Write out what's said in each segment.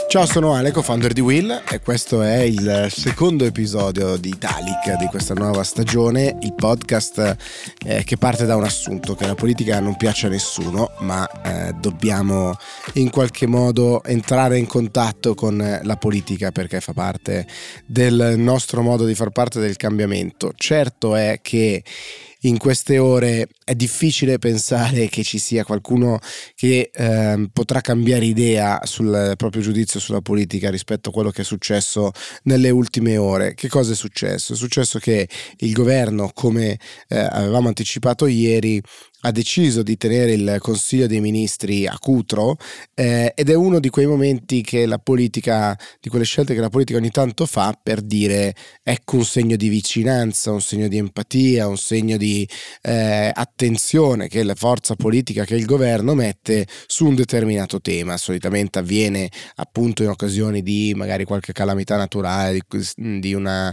Ciao, sono Ale, co-founder di Will, e questo è il secondo episodio di Italic di questa nuova stagione, il podcast che parte da un assunto: che la politica non piace a nessuno, ma dobbiamo in qualche modo entrare in contatto con la politica perché fa parte del nostro modo di far parte del cambiamento. Certo è che in queste ore è difficile pensare che ci sia qualcuno che potrà cambiare idea sul proprio giudizio sulla politica rispetto a quello che è successo nelle ultime ore. Che cosa è successo? È successo che il governo, come avevamo anticipato ieri, ha deciso di tenere il Consiglio dei Ministri a Cutro, ed è uno di quei momenti che la politica, di quelle scelte che la politica ogni tanto fa per dire ecco un segno di vicinanza, un segno di empatia, un segno di attenzione che la forza politica, che il governo mette su un determinato tema. Solitamente avviene appunto in occasioni di magari qualche calamità naturale, di una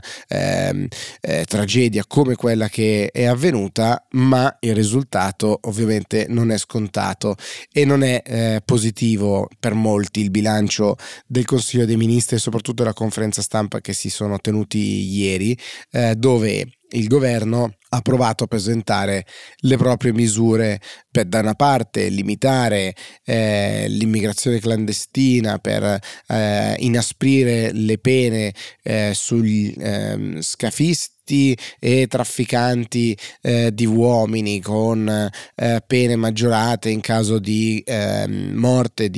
tragedia come quella che è avvenuta, ma il risultato ovviamente non è scontato e non è positivo per molti il bilancio del Consiglio dei Ministri e soprattutto della conferenza stampa che si sono tenuti ieri, dove il governo ha provato a presentare le proprie misure per, da una parte, limitare l'immigrazione clandestina, per inasprire le pene sugli scafisti e trafficanti di uomini, con pene maggiorate in caso di morte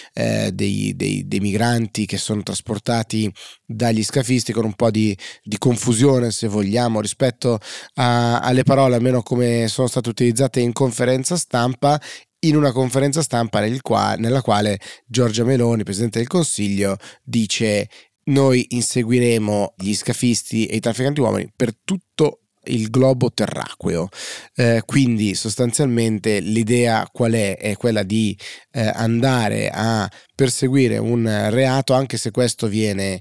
dei migranti che sono trasportati dagli scafisti, con un po' di confusione, se vogliamo, rispetto alle parole, almeno come sono state utilizzate in conferenza stampa, in una conferenza stampa nella quale Giorgia Meloni, Presidente del Consiglio, dice: noi inseguiremo gli scafisti e i trafficanti uomini per tutto il globo terracqueo. Quindi sostanzialmente l'idea qual è? È quella di andare a perseguire un reato anche se questo viene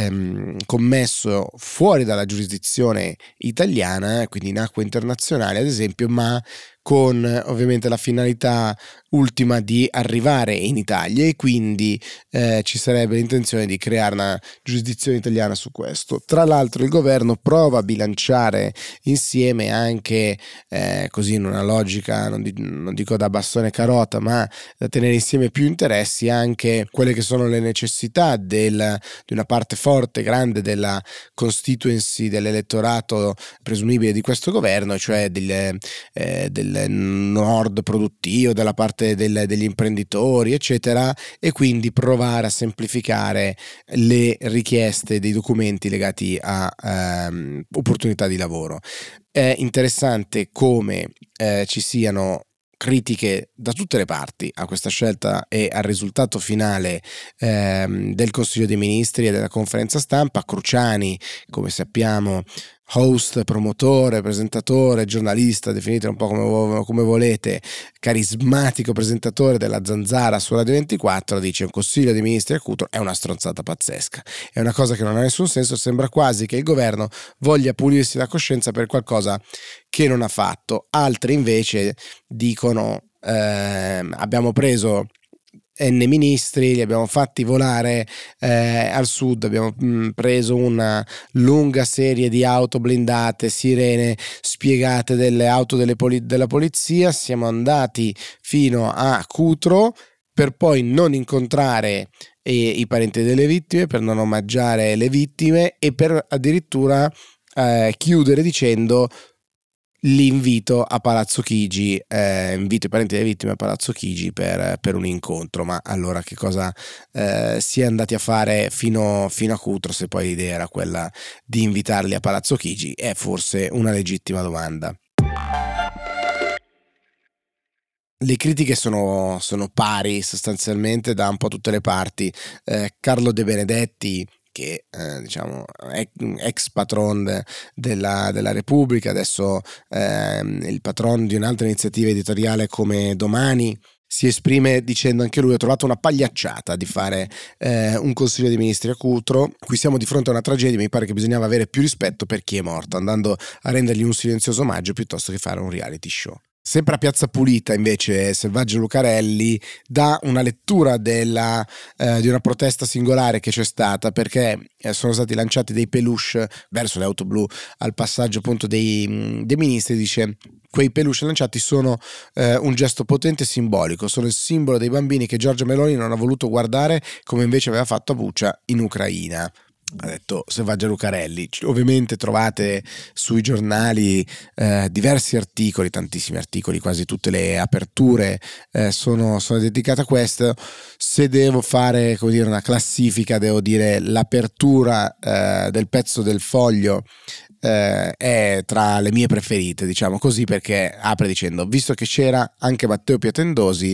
commesso fuori dalla giurisdizione italiana, quindi in acque internazionali ad esempio, ma con ovviamente la finalità ultima di arrivare in Italia, e quindi ci sarebbe l'intenzione di creare una giurisdizione italiana su questo. Tra l'altro il governo prova a bilanciare insieme anche così in una logica non dico da bastone e carota, ma da tenere insieme più interessi, anche quelle che sono le necessità di una parte forte, grande della constituency, dell'elettorato presumibile di questo governo, cioè del nord produttivo, della parte degli imprenditori eccetera, e quindi provare a semplificare le richieste dei documenti legati a opportunità di lavoro. È interessante come ci siano critiche da tutte le parti a questa scelta e al risultato finale del Consiglio dei Ministri e della conferenza stampa. Cruciani, come sappiamo, host, promotore, presentatore, giornalista, definite un po' come volete, carismatico presentatore della Zanzara su Radio 24, dice: un Consiglio dei Ministri a Cutro è una stronzata pazzesca, è una cosa che non ha nessun senso, sembra quasi che il governo voglia pulirsi la coscienza per qualcosa che non ha fatto. Altri invece dicono abbiamo preso N ministri, li abbiamo fatti volare al sud, abbiamo preso una lunga serie di auto blindate, sirene spiegate, delle auto della polizia, siamo andati fino a Cutro per poi non incontrare i parenti delle vittime, per non omaggiare le vittime e per addirittura chiudere dicendo: l'invito a Palazzo Chigi, invito i parenti delle vittime a Palazzo Chigi per un incontro. Ma allora che cosa si è andati a fare fino a Cutro, se poi l'idea era quella di invitarli a Palazzo Chigi? È forse una legittima domanda. Le critiche sono pari sostanzialmente da un po' tutte le parti. Carlo De Benedetti, che diciamo ex patron della Repubblica, adesso il patron di un'altra iniziativa editoriale come Domani, si esprime dicendo anche lui: ho trovato una pagliacciata di fare un Consiglio dei Ministri a Cutro, qui siamo di fronte a una tragedia, mi pare che bisognava avere più rispetto per chi è morto, andando a rendergli un silenzioso omaggio piuttosto che fare un reality show. Sempre a Piazza Pulita invece Selvaggia Lucarelli dà una lettura di una protesta singolare che c'è stata, perché sono stati lanciati dei peluche verso le auto blu al passaggio appunto dei ministri. Dice: quei peluche lanciati sono un gesto potente e simbolico, sono il simbolo dei bambini che Giorgia Meloni non ha voluto guardare come invece aveva fatto a Bucha in Ucraina. Ha detto Selvaggia Lucarelli. Ovviamente trovate sui giornali diversi articoli, tantissimi articoli, quasi tutte le aperture sono dedicate a questo. Se devo fare, come dire, una classifica, devo dire l'apertura del pezzo del Foglio è tra le mie preferite, diciamo così, perché apre dicendo: visto che c'era anche Matteo Piantedosi,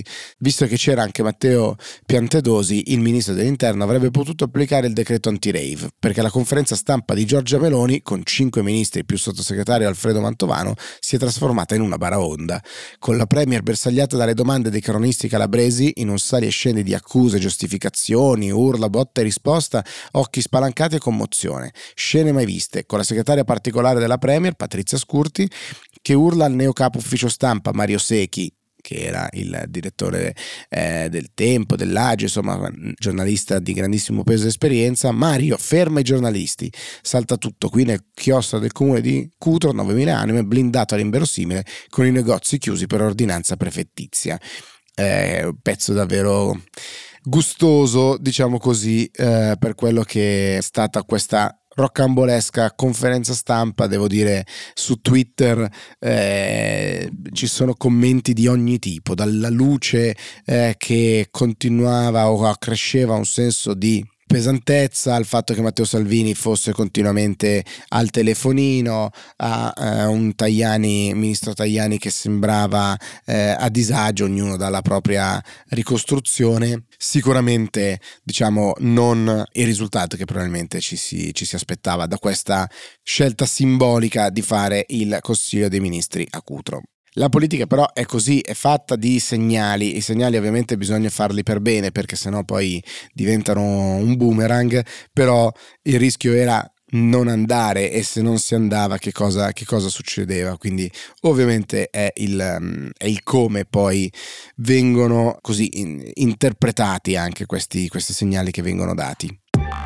il ministro dell'interno avrebbe potuto applicare il decreto anti-rave, perché la conferenza stampa di Giorgia Meloni, con 5 ministri più sottosegretario Alfredo Mantovano, si è trasformata in una baraonda, con la premier bersagliata dalle domande dei cronisti calabresi in un sali e scendi di accuse, giustificazioni, urla, botta e risposta, occhi spalancati e commozione, scene mai viste, con la segretaria particolare della premier Patrizia Scurti che urla al neo capo ufficio stampa Mario Secchi, che era il direttore del Tempo, dell'Agio, insomma giornalista di grandissimo peso e esperienza: Mario, ferma i giornalisti, salta tutto qui nel chiostro del comune di Cutro, 9.000 anime, blindato all'inverosimile, con i negozi chiusi per ordinanza prefettizia. Un pezzo davvero gustoso, diciamo così, per quello che è stata questa roccambolesca conferenza stampa. Devo dire, su Twitter ci sono commenti di ogni tipo, dalla luce che continuava o accresceva un senso di pesantezza, al fatto che Matteo Salvini fosse continuamente al telefonino, a un ministro Tajani che sembrava a disagio, ognuno dalla propria ricostruzione. Sicuramente, diciamo, non il risultato che probabilmente ci si aspettava da questa scelta simbolica di fare il Consiglio dei Ministri a Cutro. La politica però è così, è fatta di segnali. I segnali ovviamente bisogna farli per bene, perché sennò poi diventano un boomerang, però il rischio era non andare, e se non si andava che cosa succedeva. Quindi ovviamente è il come poi vengono così interpretati anche questi segnali che vengono dati.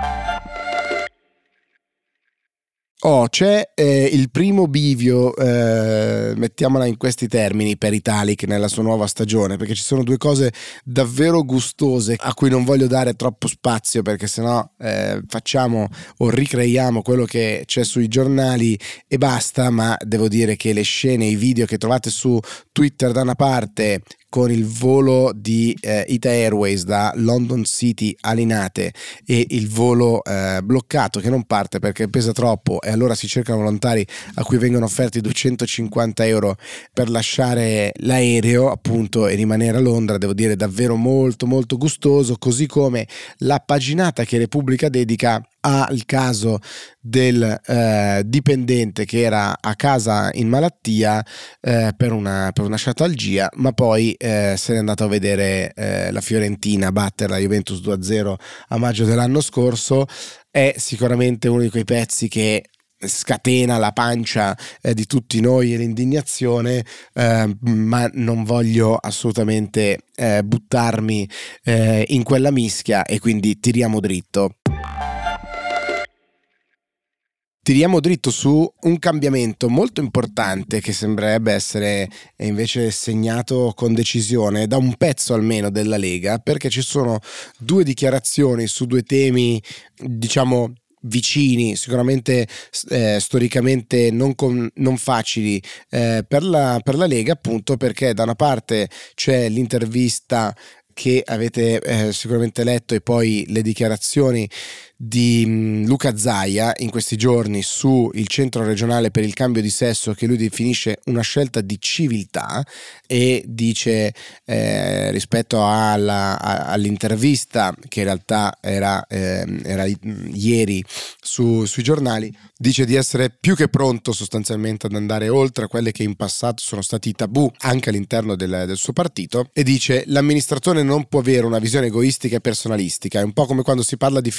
C'è il primo bivio, mettiamola in questi termini, per Italic nella sua nuova stagione, perché ci sono due cose davvero gustose a cui non voglio dare troppo spazio, perché sennò facciamo o ricreiamo quello che c'è sui giornali e basta. Ma devo dire che le scene, i video che trovate su Twitter da una parte, con il volo di Ita Airways da London City a Linate e il volo bloccato che non parte perché pesa troppo, e allora si cercano volontari a cui vengono offerti 250 euro per lasciare l'aereo appunto e rimanere a Londra. Devo dire davvero molto molto gustoso, così come la paginata che Repubblica dedica al caso del dipendente che era a casa in malattia per una sciatalgia, ma poi se n'è andato a vedere la Fiorentina battere la Juventus 2-0 a maggio dell'anno scorso. È sicuramente uno di quei pezzi che scatena la pancia di tutti noi e l'indignazione, ma non voglio assolutamente buttarmi in quella mischia, e quindi tiriamo dritto su un cambiamento molto importante che sembrerebbe essere invece segnato con decisione da un pezzo almeno della Lega, perché ci sono due dichiarazioni su due temi, diciamo, vicini, sicuramente storicamente non facili per la Lega, appunto perché da una parte c'è l'intervista che avete sicuramente letto, e poi le dichiarazioni di Luca Zaia in questi giorni su il centro regionale per il cambio di sesso, che lui definisce una scelta di civiltà, e dice rispetto all'intervista che in realtà era ieri sui giornali, dice di essere più che pronto sostanzialmente ad andare oltre a quelle che in passato sono stati tabù anche all'interno del suo partito, e dice: l'amministratore non può avere una visione egoistica e personalistica, è un po' come quando si parla di fine vita,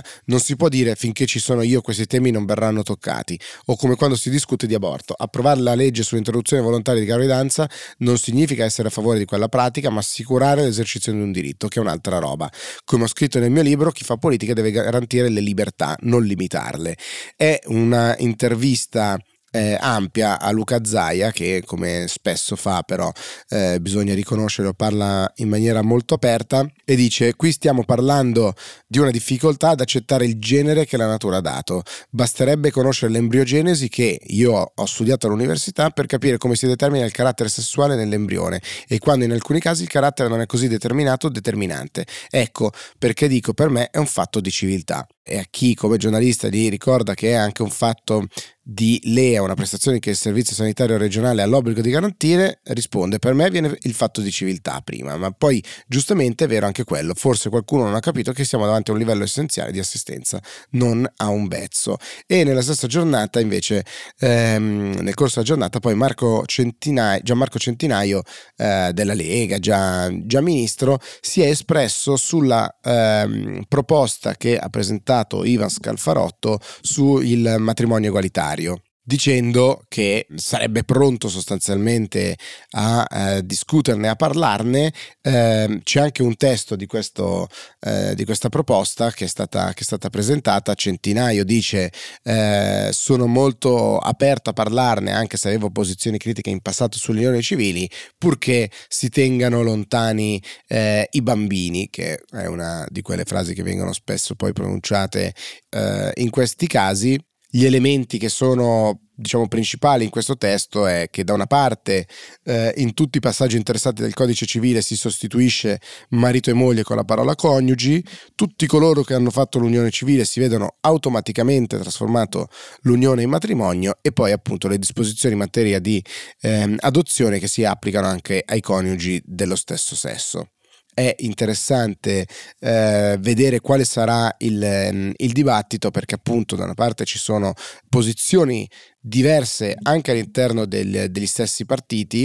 non si può dire finché ci sono io questi temi non verranno toccati, o come quando si discute di aborto, approvare la legge sull'interruzione volontaria di gravidanza non significa essere a favore di quella pratica, ma assicurare l'esercizio di un diritto, che è un'altra roba. Come ho scritto nel mio libro, chi fa politica deve garantire le libertà, non limitarle. È una intervista ampia a Luca Zaia, che come spesso fa, però bisogna riconoscerlo, parla in maniera molto aperta e dice: qui stiamo parlando di una difficoltà ad accettare il genere che la natura ha dato. Basterebbe conoscere l'embriogenesi, che io ho studiato all'università, per capire come si determina il carattere sessuale nell'embrione, e quando in alcuni casi il carattere non è così determinato o determinante. Ecco perché dico, per me è un fatto di civiltà. E a chi come giornalista gli ricorda che è anche un fatto di LEA, una prestazione che il Servizio Sanitario Regionale ha l'obbligo di garantire, risponde: per me viene il fatto di civiltà prima, ma poi giustamente è vero anche quello, forse qualcuno non ha capito che siamo davanti a un livello essenziale di assistenza, non a un vezzo. E nella stessa giornata invece, nel corso della giornata, poi Gianmarco Centinaio della Lega, già ministro, si è espresso sulla proposta che ha presentato Ivan Scalfarotto sul matrimonio egualitario, dicendo che sarebbe pronto sostanzialmente a discuterne, a parlarne. C'è anche un testo di questa proposta che è stata presentata. Centinaio dice: sono molto aperto a parlarne, anche se avevo posizioni critiche in passato sulle unioni civili, purché si tengano lontani i bambini, che è una di quelle frasi che vengono spesso poi pronunciate in questi casi. Gli elementi che sono, diciamo, principali in questo testo è che da una parte in tutti i passaggi interessati del codice civile si sostituisce marito e moglie con la parola coniugi, tutti coloro che hanno fatto l'unione civile si vedono automaticamente trasformato l'unione in matrimonio, e poi appunto le disposizioni in materia di adozione che si applicano anche ai coniugi dello stesso sesso. È interessante vedere quale sarà il dibattito, perché appunto da una parte ci sono posizioni diverse anche all'interno degli stessi partiti,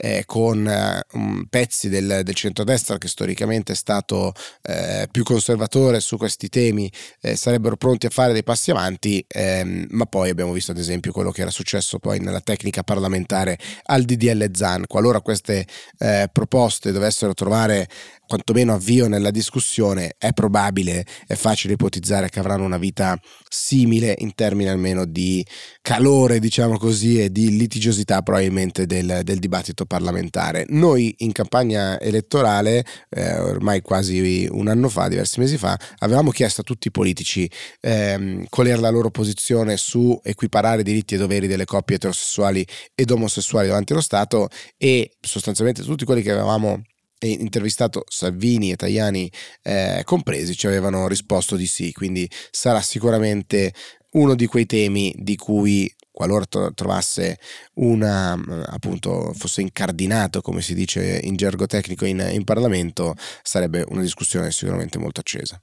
con pezzi del centrodestra, che storicamente è stato più conservatore su questi temi, sarebbero pronti a fare dei passi avanti, ma poi abbiamo visto ad esempio quello che era successo poi nella tecnica parlamentare al DDL Zan. Qualora queste proposte dovessero trovare quantomeno avvio nella discussione, è probabile, è facile ipotizzare che avranno una vita simile in termini almeno di calore, diciamo così, e di litigiosità probabilmente del dibattito parlamentare. Noi in campagna elettorale, ormai quasi un anno fa, diversi mesi fa, avevamo chiesto a tutti i politici qual era la loro posizione su equiparare i diritti e doveri delle coppie eterosessuali ed omosessuali davanti allo Stato, e sostanzialmente tutti quelli che avevamo intervistato, Salvini e Tajani compresi, ci avevano risposto di sì. Quindi sarà sicuramente uno di quei temi di cui, qualora trovasse appunto fosse incardinato, come si dice in gergo tecnico in Parlamento, sarebbe una discussione sicuramente molto accesa.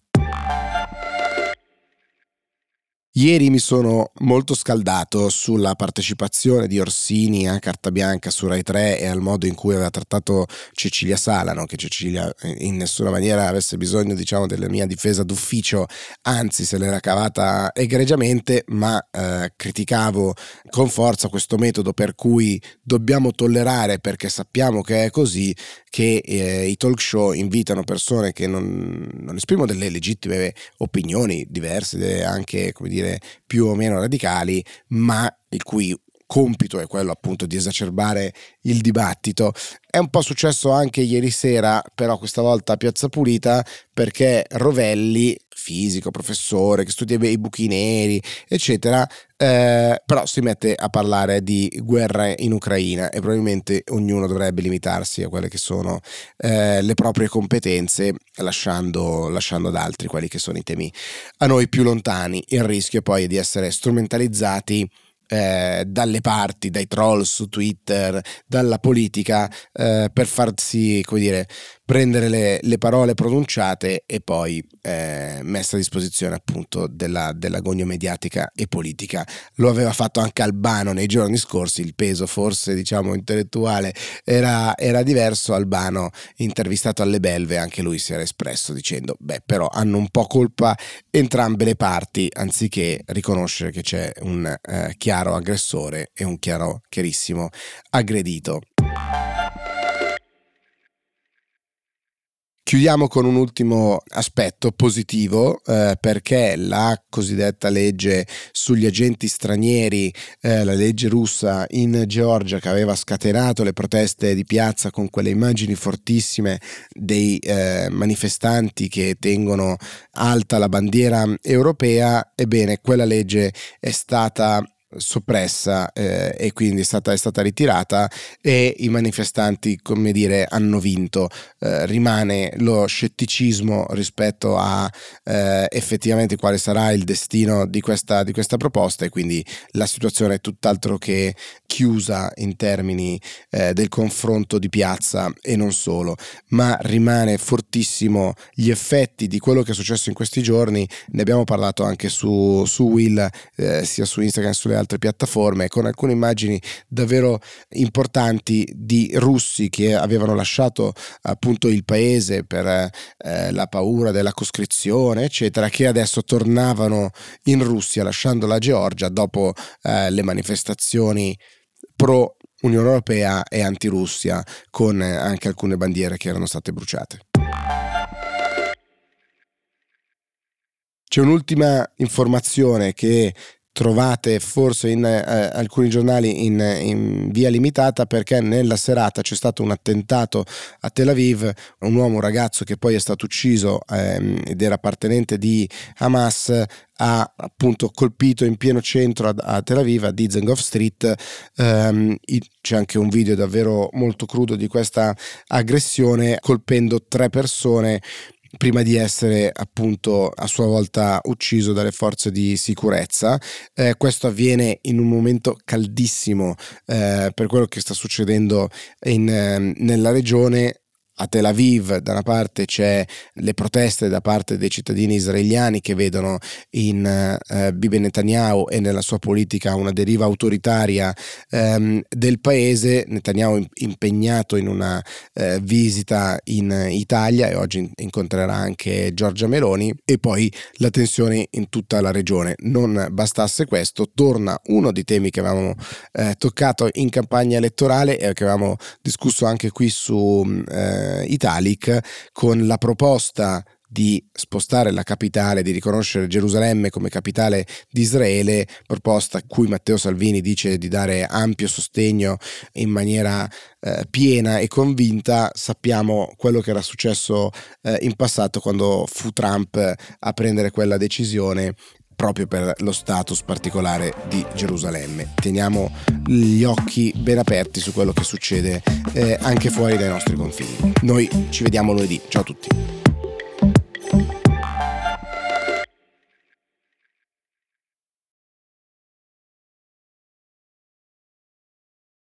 Ieri mi sono molto scaldato sulla partecipazione di Orsini a Carta Bianca su Rai 3 e al modo in cui aveva trattato Cecilia Sala, non che Cecilia in nessuna maniera avesse bisogno, diciamo, della mia difesa d'ufficio, anzi se l'era cavata egregiamente, ma criticavo con forza questo metodo per cui dobbiamo tollerare, perché sappiamo che è così, che i talk show invitano persone che non esprimono delle legittime opinioni diverse, anche, come dire, più o meno radicali, ma il cui compito è quello appunto di esacerbare il dibattito. È un po' successo anche ieri sera, però questa volta a Piazza Pulita, perché Rovelli, fisico, professore che studia i buchi neri eccetera, però si mette a parlare di guerra in Ucraina, e probabilmente ognuno dovrebbe limitarsi a quelle che sono le proprie competenze, lasciando ad altri quelli che sono i temi a noi più lontani. Il rischio poi è di essere strumentalizzati dalle parti, dai troll su Twitter, dalla politica, per farsi, come dire, prendere le parole pronunciate e poi messa a disposizione appunto dell'agonia mediatica e politica. Lo aveva fatto anche Albano nei giorni scorsi, il peso forse diciamo intellettuale era diverso. Albano, intervistato alle Belve, anche lui si era espresso dicendo però hanno un po' colpa entrambe le parti, anziché riconoscere che c'è un chiaro aggressore e un chiarissimo aggredito. Chiudiamo con un ultimo aspetto positivo, perché la cosiddetta legge sugli agenti stranieri, la legge russa in Georgia, che aveva scatenato le proteste di piazza con quelle immagini fortissime dei manifestanti che tengono alta la bandiera europea, ebbene quella legge è stata soppressa e quindi è stata ritirata e i manifestanti, come dire, hanno vinto. Rimane lo scetticismo rispetto a effettivamente quale sarà il destino di questa proposta, e quindi la situazione è tutt'altro che chiusa in termini del confronto di piazza e non solo, ma rimane fortissimo gli effetti di quello che è successo in questi giorni. Ne abbiamo parlato anche su Will, sia su Instagram che sulle altre piattaforme, con alcune immagini davvero importanti di russi che avevano lasciato appunto il paese per la paura della coscrizione eccetera, che adesso tornavano in Russia lasciando la Georgia dopo le manifestazioni pro Unione Europea e anti-Russia, con anche alcune bandiere che erano state bruciate. C'è un'ultima informazione che trovate forse in alcuni giornali in via limitata, perché nella serata c'è stato un attentato a Tel Aviv. Un uomo, un ragazzo che poi è stato ucciso ed era appartenente di Hamas, ha appunto colpito in pieno centro a Tel Aviv, a Dizengoff Street. C'è anche un video davvero molto crudo di questa aggressione, colpendo 3 persone prima di essere appunto a sua volta ucciso dalle forze di sicurezza. Questo avviene in un momento caldissimo per quello che sta succedendo nella regione. A Tel Aviv da una parte c'è le proteste da parte dei cittadini israeliani che vedono in Bibi Netanyahu e nella sua politica una deriva autoritaria del paese. Netanyahu impegnato in una visita in Italia, e oggi incontrerà anche Giorgia Meloni, e poi la tensione in tutta la regione. Non bastasse questo, torna uno dei temi che avevamo toccato in campagna elettorale e che avevamo discusso anche qui su Italic, con la proposta di spostare la capitale, di riconoscere Gerusalemme come capitale di Israele, proposta a cui Matteo Salvini dice di dare ampio sostegno in maniera piena e convinta. Sappiamo quello che era successo in passato, quando fu Trump a prendere quella decisione proprio per lo status particolare di Gerusalemme. Teniamo gli occhi ben aperti su quello che succede anche fuori dai nostri confini. Noi ci vediamo lunedì. Ciao a tutti.